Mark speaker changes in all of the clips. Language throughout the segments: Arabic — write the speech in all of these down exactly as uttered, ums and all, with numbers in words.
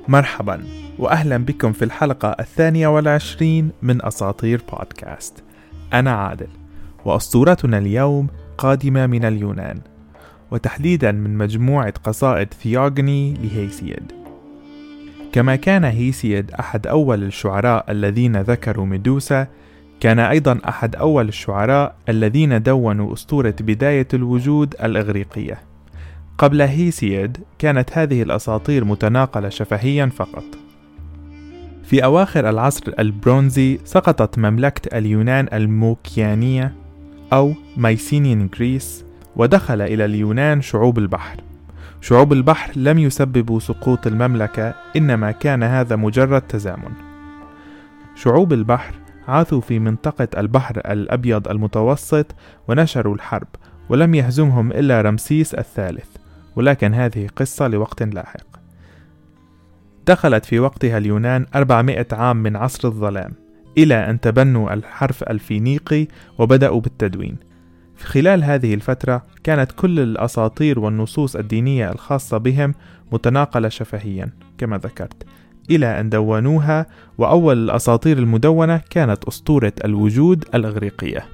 Speaker 1: مرحبا وأهلا بكم في الحلقة الثانية والعشرين من أساطير بودكاست. أنا عادل، وأسطورتنا اليوم قادمة من اليونان، وتحديدا من مجموعة قصائد ثيوغني لهيسيد. كما كان هيسيد أحد أول الشعراء الذين ذكروا ميدوسا، كان أيضا أحد أول الشعراء الذين دونوا أسطورة بداية الوجود الإغريقية. قبل هيسيد كانت هذه الأساطير متناقلة شفهيا فقط. في أواخر العصر البرونزي سقطت مملكة اليونان الموكيانية أو مايسينيان غريس، ودخل إلى اليونان شعوب البحر. شعوب البحر لم يسببوا سقوط المملكة، إنما كان هذا مجرد تزامن. شعوب البحر عاثوا في منطقة البحر الأبيض المتوسط ونشروا الحرب، ولم يهزمهم إلا رمسيس الثالث، ولكن هذه قصة لوقت لاحق. دخلت في وقتها اليونان أربعمائة عام من عصر الظلام، إلى أن تبنوا الحرف الفينيقي وبدأوا بالتدوين. في خلال هذه الفترة كانت كل الأساطير والنصوص الدينية الخاصة بهم متناقلة شفهيا كما ذكرت، إلى أن دونوها، وأول الأساطير المدونة كانت أسطورة الوجود الإغريقية.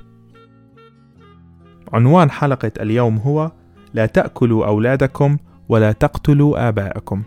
Speaker 1: عنوان حلقة اليوم هو: لا تأكلوا أولادكم ولا تقتلوا آباءكم.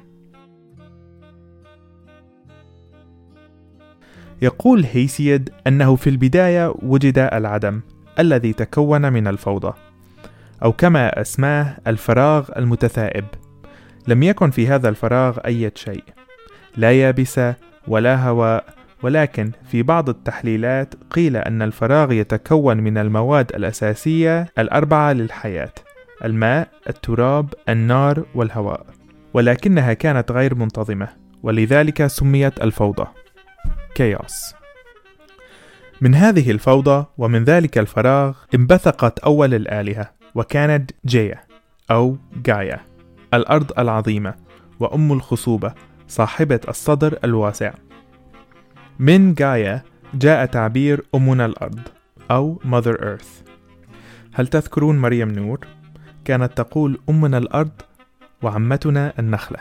Speaker 1: يقول هيسيد أنه في البداية وجد العدم الذي تكون من الفوضى، أو كما أسماه الفراغ المتثائب. لم يكن في هذا الفراغ أي شيء، لا يابسة ولا هواء، ولكن في بعض التحليلات قيل أن الفراغ يتكون من المواد الأساسية الأربعة للحياة: الماء، التراب، النار، والهواء، ولكنها كانت غير منتظمة، ولذلك سميت الفوضى كياس. من هذه الفوضى ومن ذلك الفراغ انبثقت أول الآلهة، وكانت جايا أو جايا، الأرض العظيمة وأم الخصوبة، صاحبة الصدر الواسع. من جايا جاء تعبير أمنا الأرض أو Mother Earth. هل تذكرون مريم نور؟ كانت تقول أمنا الأرض وعمتنا النخلة.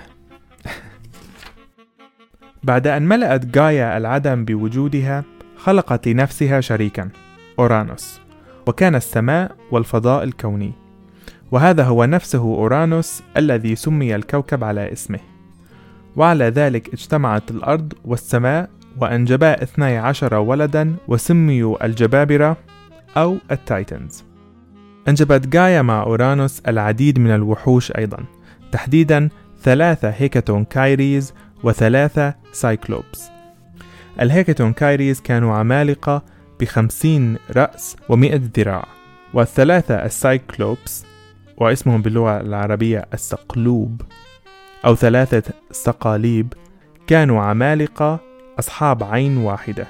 Speaker 1: بعد أن ملأت جايا العدم بوجودها، خلقت لنفسها شريكا أورانوس، وكان السماء والفضاء الكوني، وهذا هو نفسه أورانوس الذي سمي الكوكب على اسمه. وعلى ذلك اجتمعت الأرض والسماء وأنجبا اثني عشر ولدا، وسميوا الجبابرة أو التايتنز. أنجبت جايا مع أورانوس العديد من الوحوش أيضا، تحديدا ثلاثة هيكاتون كايريز وثلاثة سايكلوبس. الهيكاتون كايريز كانوا عمالقة بخمسين رأس ومئة ذراع، والثلاثة السايكلوبس واسمهم باللغة العربية السقلوب أو ثلاثة سقاليب كانوا عمالقة أصحاب عين واحدة.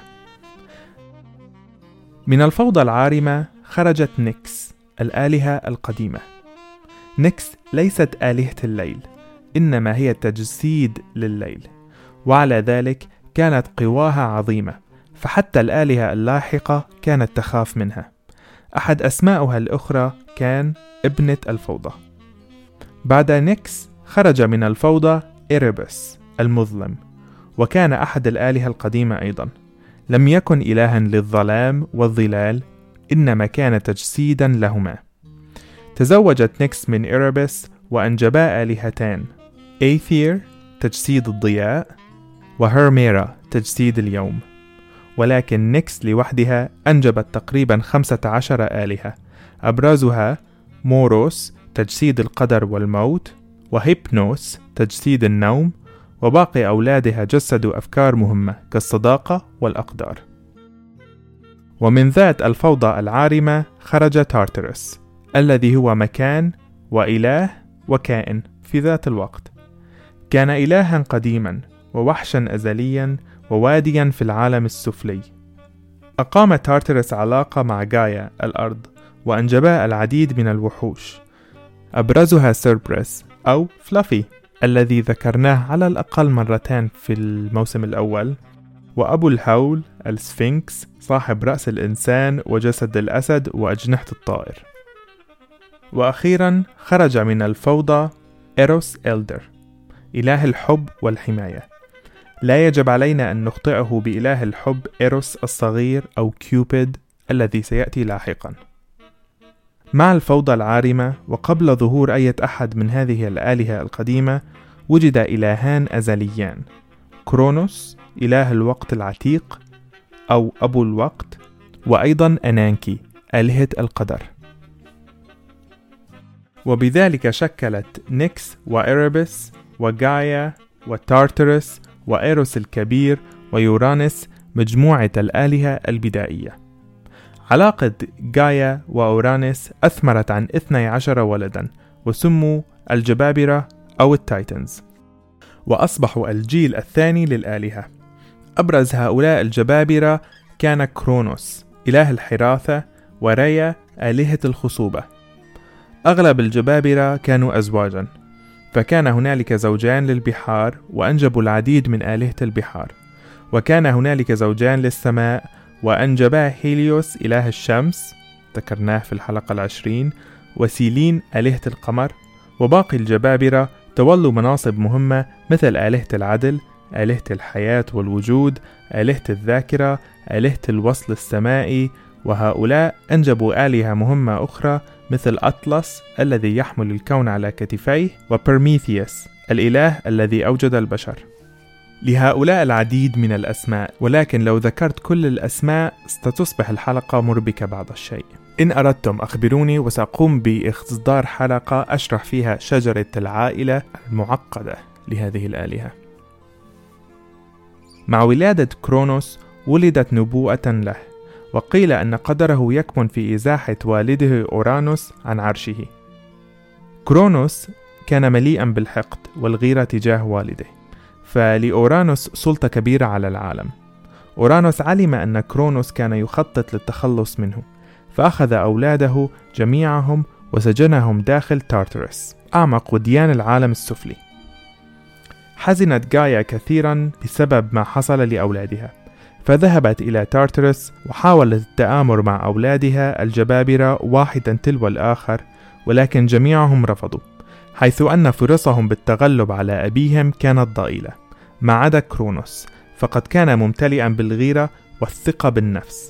Speaker 1: من الفوضى العارمة خرجت نيكس، الآلهة القديمة. نيكس ليست آلهة الليل، إنما هي تجسيد لليل، وعلى ذلك كانت قواها عظيمة، فحتى الآلهة اللاحقة كانت تخاف منها. أحد أسمائها الأخرى كان ابنة الفوضى. بعد نيكس خرج من الفوضى إيريبس المظلم، وكان أحد الآلهة القديمة أيضا. لم يكن إلها للظلام والظلال، إنما كان تجسيدا لهما. تزوجت نيكس من إيريبس وأنجبا آلهتان: أيثير تجسيد الضياء، وهرميرا تجسيد اليوم. ولكن نيكس لوحدها أنجبت تقريبا خمسة عشر آلهة، أبرزها موروس تجسيد القدر والموت، وهيبنوس تجسيد النوم، وباقي أولادها جسدوا أفكار مهمة كالصداقة والأقدار. ومن ذات الفوضى العارمة خرج تارترس، الذي هو مكان وإله وكائن في ذات الوقت. كان إلها قديما ووحشا أزليا وواديا في العالم السفلي. أقام تارترس علاقة مع جايا الأرض، وأنجبا العديد من الوحوش، أبرزها سيربرس أو فلافي الذي ذكرناه على الأقل مرتين في الموسم الأول، وأبو الهول السفنكس صاحب رأس الإنسان وجسد الأسد وأجنحة الطائر. وأخيرا خرج من الفوضى إيروس إلدر، إله الحب والحماية، لا يجب علينا أن نخطئه بإله الحب إيروس الصغير أو كيوبيد الذي سيأتي لاحقا. مع الفوضى العارمة وقبل ظهور أي أحد من هذه الآلهة القديمة، وجد إلهان أزليان: كرونوس إله الوقت العتيق أو أبو الوقت، وأيضا أنانكي آلهة القدر. وبذلك شكلت نيكس وإيربس وغايا وتارترس وإيروس الكبير ويورانس مجموعة الآلهة البدائية. علاقة غايا وأورانس أثمرت عن اثني عشر ولدا، وسموا الجبابرة أو التايتنز، وأصبحوا الجيل الثاني للآلهة. أبرز هؤلاء الجبابرة كان كرونوس إله الحراثة، وريا آلهة الخصوبة. أغلب الجبابرة كانوا أزواجا، فكان هنالك زوجان للبحار وأنجبوا العديد من آلهة البحار، وكان هنالك زوجان للسماء وأنجبا هيليوس إله الشمس، ذكرناه في الحلقة العشرين، وسيلين آلهة القمر. وباقي الجبابرة تولوا مناصب مهمة مثل آلهة العدل، آلهة الحياة والوجود، آلهة الذاكرة، آلهة الوصل السمائي، وهؤلاء أنجبوا آلهة مهمة أخرى مثل أطلس الذي يحمل الكون على كتفيه، وبرميثيوس الإله الذي أوجد البشر. لهؤلاء العديد من الأسماء، ولكن لو ذكرت كل الأسماء ستصبح الحلقة مربكة بعض الشيء. إن أردتم أخبروني، وسأقوم بإصدار حلقة أشرح فيها شجرة العائلة المعقدة لهذه الآلهة. مع ولادة كرونوس ولدت نبوءة له، وقيل أن قدره يكمن في إزاحة والده أورانوس عن عرشه. كرونوس كان مليئا بالحقد والغيرة تجاه والده، فلأورانوس سلطة كبيرة على العالم. أورانوس علم أن كرونوس كان يخطط للتخلص منه، فأخذ أولاده جميعهم وسجنهم داخل تارترس، أعمق وديان العالم السفلي. حزنت غايا كثيرا بسبب ما حصل لأولادها، فذهبت إلى تارترس وحاولت التآمر مع أولادها الجبابرة واحدا تلو الآخر، ولكن جميعهم رفضوا، حيث أن فرصهم بالتغلب على أبيهم كانت ضئيلة، ما عدا كرونوس، فقد كان ممتلئا بالغيرة والثقة بالنفس،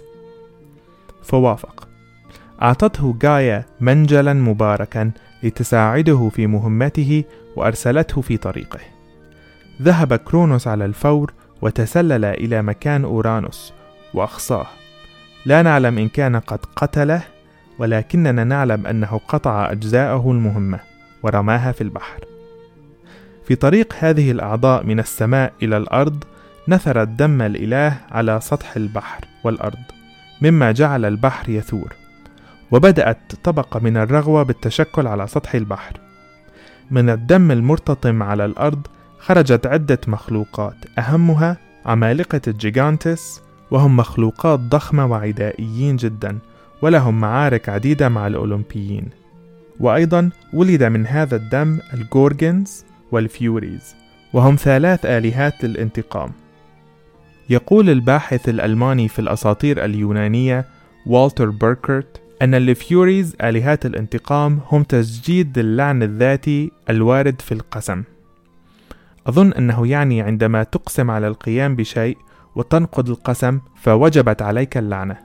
Speaker 1: فوافق. أعطته غايا منجلا مباركا لتساعده في مهمته، وأرسلته في طريقه. ذهب كرونوس على الفور وتسلل إلى مكان أورانوس وأخصاه. لا نعلم إن كان قد قتله، ولكننا نعلم أنه قطع أجزاءه المهمة ورماها في البحر. في طريق هذه الأعضاء من السماء إلى الأرض، نثرت دم الإله على سطح البحر والأرض، مما جعل البحر يثور، وبدأت طبقة من الرغوة بالتشكل على سطح البحر. من الدم المرتطم على الأرض خرجت عدة مخلوقات، أهمها عمالقة الجيجانتس، وهم مخلوقات ضخمة وعدائيين جدا، ولهم معارك عديدة مع الأولمبيين. وأيضا ولد من هذا الدم الجورجنز والفيوريز، وهم ثلاث آلهات للانتقام. يقول الباحث الألماني في الأساطير اليونانية والتر بيركرت أن الفيوريز آلهات الانتقام هم تسجيد اللعن الذاتي الوارد في القسم. أظن أنه يعني عندما تقسم على القيام بشيء وتنقض القسم فوجبت عليك اللعنة.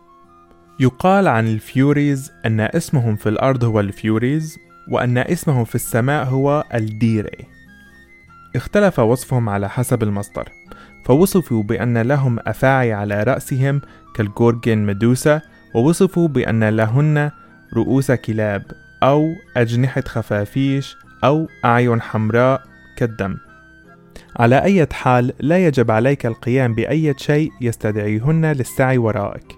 Speaker 1: يقال عن الفيوريز أن اسمهم في الأرض هو الفيوريز، وأن اسمهم في السماء هو الديري. اختلف وصفهم على حسب المصدر، فوصفوا بأن لهم أفاعي على رأسهم كالجورجن ميدوسا، ووصفوا بأن لهن رؤوس كلاب أو أجنحة خفافيش أو أعين حمراء كالدم. على أي حال لا يجب عليك القيام بأي شيء يستدعيهن للسعي ورائك.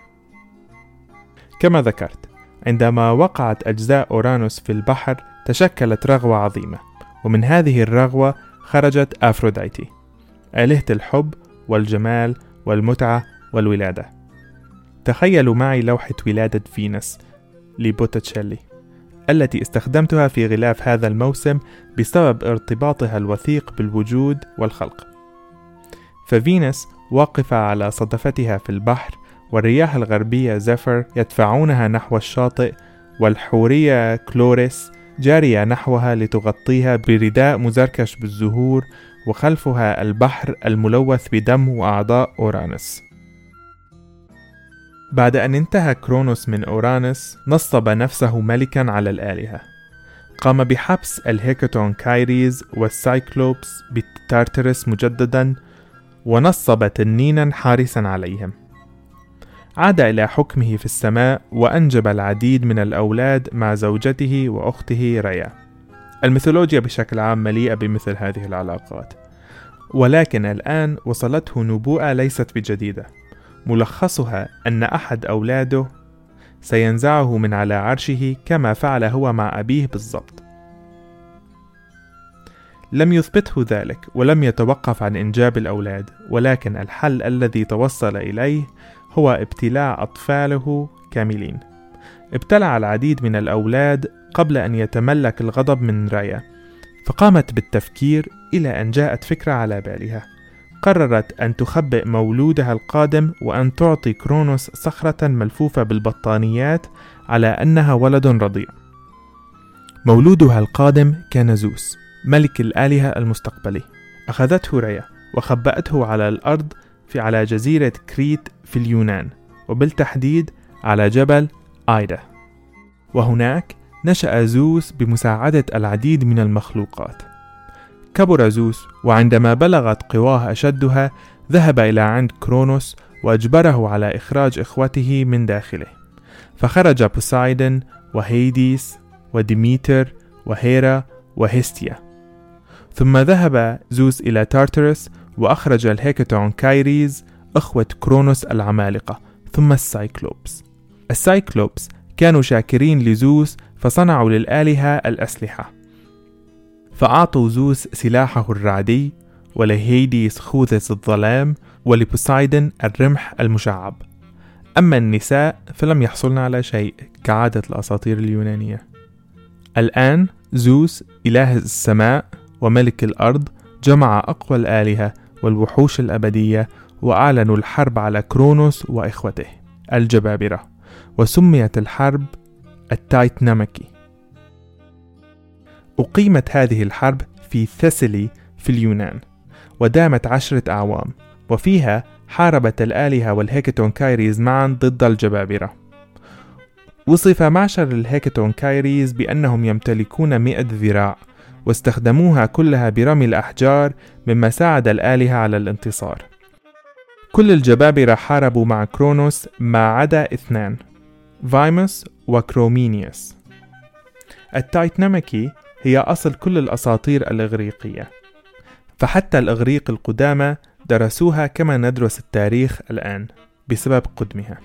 Speaker 1: كما ذكرت، عندما وقعت أجزاء أورانوس في البحر تشكلت رغوة عظيمة، ومن هذه الرغوة خرجت أفروديتي، آلهة الحب والجمال والمتعة والولادة. تخيلوا معي لوحة ولادة فينوس لبوتتشيلي التي استخدمتها في غلاف هذا الموسم بسبب ارتباطها الوثيق بالوجود والخلق. ففينوس واقفة على صدفتها في البحر، والرياح الغربية زفر يدفعونها نحو الشاطئ، والحورية كلوريس جارية نحوها لتغطيها برداء مزركش بالزهور، وخلفها البحر الملوث بدم وأعضاء أورانوس. بعد أن انتهى كرونوس من أورانوس نصب نفسه ملكا على الآلهة. قام بحبس الهيكاتون كايريز والسايكلوبس بتارترس مجددا، ونصب تنينا حارسا عليهم. عاد إلى حكمه في السماء وأنجب العديد من الأولاد مع زوجته وأخته ريا. الميثولوجيا بشكل عام مليئة بمثل هذه العلاقات، ولكن الآن وصلته نبوءة ليست بجديدة، ملخصها أن أحد أولاده سينزعه من على عرشه كما فعل هو مع أبيه بالضبط. لم يثبته ذلك ولم يتوقف عن إنجاب الأولاد، ولكن الحل الذي توصل إليه هو ابتلاع أطفاله كاملين. ابتلع العديد من الأولاد قبل أن يتملك الغضب من ريا، فقامت بالتفكير إلى أن جاءت فكرة على بالها. قررت أن تخبئ مولودها القادم وأن تعطي كرونوس صخرة ملفوفة بالبطانيات على أنها ولد رضيع. مولودها القادم كان زوس، ملك الآلهة المستقبلي. أخذته ريا وخبأته على الأرض في على جزيرة كريت في اليونان، وبالتحديد على جبل آيدا. وهناك نشأ زوس بمساعدة العديد من المخلوقات. كبر زوس، وعندما بلغت قواه أشدها ذهب إلى عند كرونوس وأجبره على إخراج إخوته من داخله، فخرج بوسايدن وهيديس وديميتر وهيرا وهيستيا. ثم ذهب زوس إلى تارترس وأخرج الهيكاتون كايريز أخوة كرونوس العمالقة، ثم السايكلوبس. السايكلوبس كانوا شاكرين لزوس فصنعوا للآلهة الأسلحة، فأعطوا زوس سلاحه الرعدي، ولهيديس خوذة الظلام، ولبوسايدن الرمح المشعب. أما النساء فلم يحصلن على شيء كعادة الأساطير اليونانية. الآن زوس إله السماء وملك الأرض جمع أقوى الآلهة والوحوش الأبدية، وأعلنوا الحرب على كرونوس وإخوته الجبابرة، وسميت الحرب التايتنامكي. أقيمت هذه الحرب في ثسلي في اليونان، ودامت عشرة أعوام، وفيها حاربت الآلهة والهيكاتون كايريز معا ضد الجبابرة. وصف معشر الهيكاتون كايريز بأنهم يمتلكون مئة ذراع، واستخدموها كلها برمي الأحجار، مما ساعد الآلهة على الانتصار. كل الجبابرة حاربوا مع كرونوس ما عدا اثنان، فايموس وكرومينيوس. التايتنامكي هي أصل كل الأساطير الإغريقية، فحتى الإغريق القدامى درسوها كما ندرس التاريخ الآن بسبب قدمها.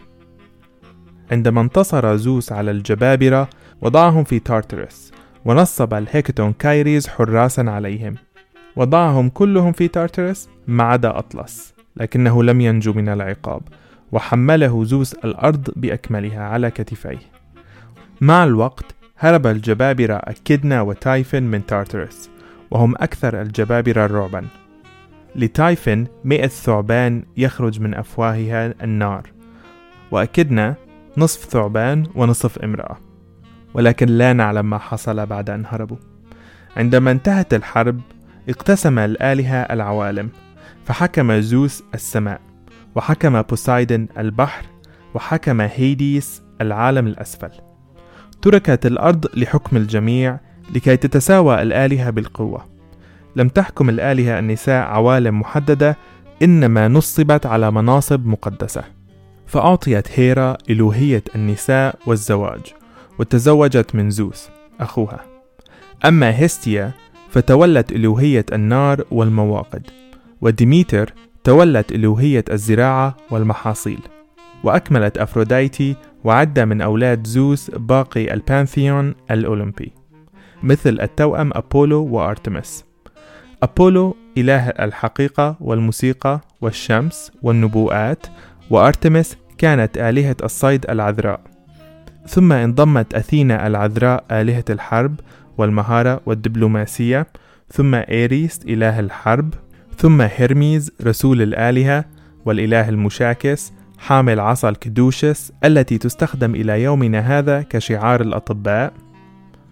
Speaker 1: عندما انتصر زوس على الجبابرة وضعهم في تارترس، ونصب الهيكاتون كايريز حراسا عليهم، وضعهم كلهم في تارترس ما عدا أطلس، لكنه لم ينجو من العقاب، وحمله زوس الأرض بأكملها على كتفيه. مع الوقت هرب الجبابرة أكيدنا وتايفن من تارترس، وهم أكثر الجبابرة رعبا. لتايفن مئة ثعبان يخرج من أفواهها النار، وأكيدنا نصف ثعبان ونصف امرأة، ولكن لا نعلم ما حصل بعد أن هربوا. عندما انتهت الحرب اقتسم الآلهة العوالم، فحكم زوس السماء، وحكم بوسايدن البحر، وحكم هيديس العالم الأسفل. تركت الأرض لحكم الجميع لكي تتساوى الآلهة بالقوة. لم تحكم الآلهة النساء عوالم محددة، إنما نصبت على مناصب مقدسة. فأعطيت هيرا إلوهية النساء والزواج، وتزوجت من زوس أخوها. أما هيستيا فتولت إلوهية النار والمواقد، وديميتر تولت إلوهية الزراعة والمحاصيل. وأكملت أفروديتي وعد من أولاد زوس باقي البانثيون الأولمبي، مثل التوأم أبولو وأرتمس. أبولو إله الحقيقة والموسيقى والشمس والنبوءات، وأرتمس كانت آلهة الصيد العذراء. ثم انضمت أثينا العذراء آلهة الحرب والمهارة والدبلوماسية، ثم إيريس إله الحرب، ثم هيرميز رسول الآلهة والإله المشاكس حامل عصا الكدوشس التي تستخدم إلى يومنا هذا كشعار الأطباء.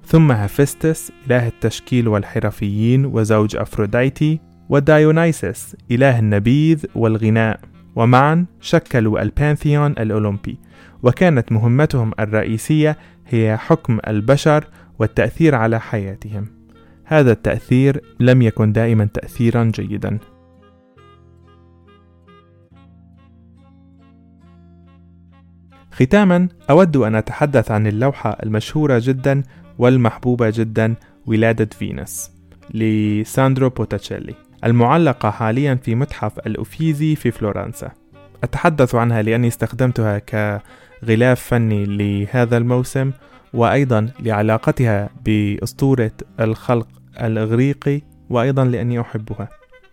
Speaker 1: ثم هفستس إله التشكيل والحرفيين وزوج أفروديتي، ودايونيسوس إله النبيذ والغناء، ومعا شكلوا البانثيون الأولمبي، وكانت مهمتهم الرئيسية هي حكم البشر والتأثير على حياتهم. هذا التأثير لم يكن دائما تأثيرا جيدا. ختاما أود أن أتحدث عن اللوحة المشهورة جدا والمحبوبة جدا ولادة فينوس لساندرو بوتاتشيلي، المعلقة حاليا في متحف الأوفيزي في فلورنسا. أتحدث عنها لأني استخدمتها كغلاف فني لهذا الموسم، وأيضا لعلاقتها بأسطورة الخلق الإغريقي، وأيضا لأني أحبها.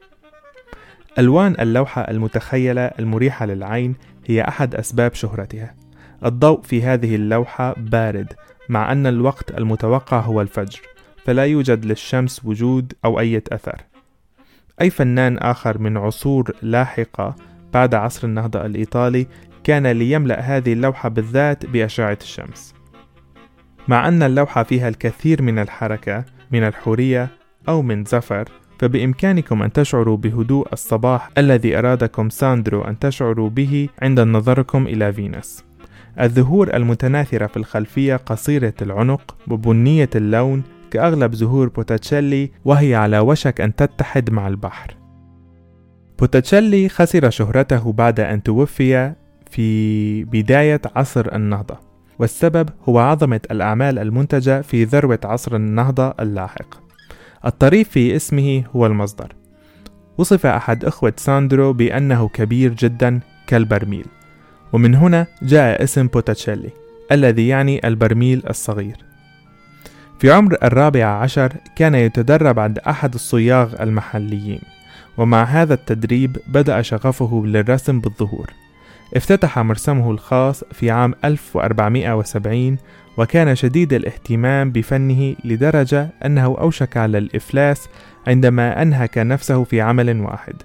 Speaker 1: ألوان اللوحة المتخيلة المريحة للعين هي أحد أسباب شهرتها. الضوء في هذه اللوحة بارد، مع أن الوقت المتوقع هو الفجر، فلا يوجد للشمس وجود أو أي أثر. أي فنان آخر من عصور لاحقة بعد عصر النهضة الإيطالي كان ليملأ هذه اللوحة بالذات بأشعة الشمس. مع أن اللوحة فيها الكثير من الحركة من الحورية أو من زفر، فبإمكانكم أن تشعروا بهدوء الصباح الذي أرادكم ساندرو أن تشعروا به عند نظركم إلى فينوس. الزهور المتناثرة في الخلفية قصيرة العنق وبنية اللون كأغلب زهور بوتاتشيلي، وهي على وشك أن تتحد مع البحر. بوتاتشيلي خسر شهرته بعد أن توفي في بداية عصر النهضة، والسبب هو عظمة الأعمال المنتجة في ذروة عصر النهضة اللاحق. الطريف في اسمه هو المصدر. وصف أحد أخوة ساندرو بأنه كبير جدا كالبرميل، ومن هنا جاء اسم بوتاتشيلي الذي يعني البرميل الصغير. في عمر الرابع عشر كان يتدرب عند أحد الصياغ المحليين، ومع هذا التدريب بدأ شغفه للرسم بالظهور. افتتح مرسمه الخاص في عام ألف وأربعمائة وسبعين، وكان شديد الاهتمام بفنه لدرجة أنه أوشك على الإفلاس عندما أنهك نفسه في عمل واحد.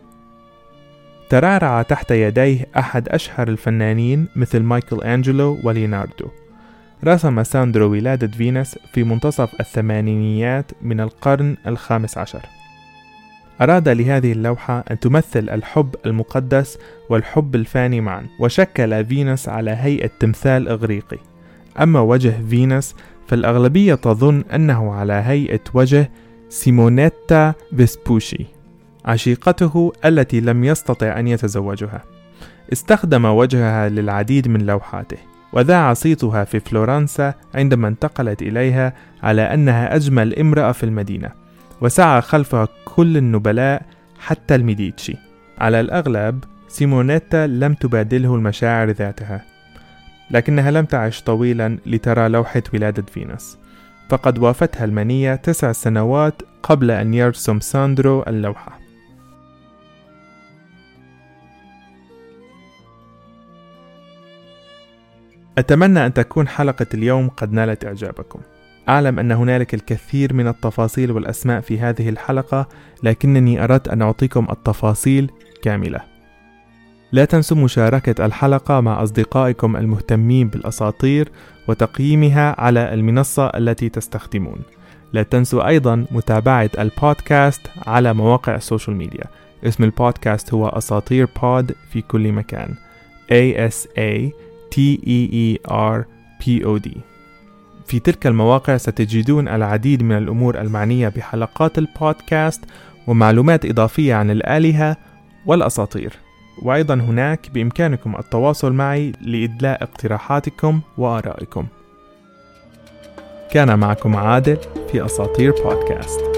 Speaker 1: ترعرع تحت يديه أحد أشهر الفنانين مثل مايكل أنجلو وليوناردو. رسم ساندرو ولادة فينوس في منتصف الثمانينيات من القرن الخامس عشر. أراد لهذه اللوحة أن تمثل الحب المقدس والحب الفاني معا، وشكل فينوس على هيئة تمثال إغريقي. أما وجه فينوس فالأغلبية تظن أنه على هيئة وجه سيمونيتا فيسبوشي، عشيقته التي لم يستطع أن يتزوجها. استخدم وجهها للعديد من لوحاته، وذاع صيتها في فلورنسا عندما انتقلت إليها على أنها أجمل امرأة في المدينة، وسعى خلفها كل النبلاء حتى الميديتشي. على الأغلب سيمونيتا لم تبادله المشاعر ذاتها، لكنها لم تعش طويلا لترى لوحة ولادة فينوس، فقد وافتها المنية تسع سنوات قبل أن يرسم ساندرو اللوحة. أتمنى أن تكون حلقة اليوم قد نالت إعجابكم. أعلم أن هنالك الكثير من التفاصيل والأسماء في هذه الحلقة، لكنني أردت أن أعطيكم التفاصيل كاملة. لا تنسوا مشاركة الحلقة مع أصدقائكم المهتمين بالأساطير وتقييمها على المنصة التي تستخدمون. لا تنسوا أيضا متابعة البودكاست على مواقع السوشيال ميديا. اسم البودكاست هو أساطير بود في كل مكان، A S A T E E R P O D. في تلك المواقع ستجدون العديد من الأمور المعنية بحلقات البودكاست ومعلومات إضافية عن الآلهة والأساطير. وأيضا هناك بإمكانكم التواصل معي لإدلاء اقتراحاتكم وآرائكم. كان معكم عادل في أساطير بودكاست.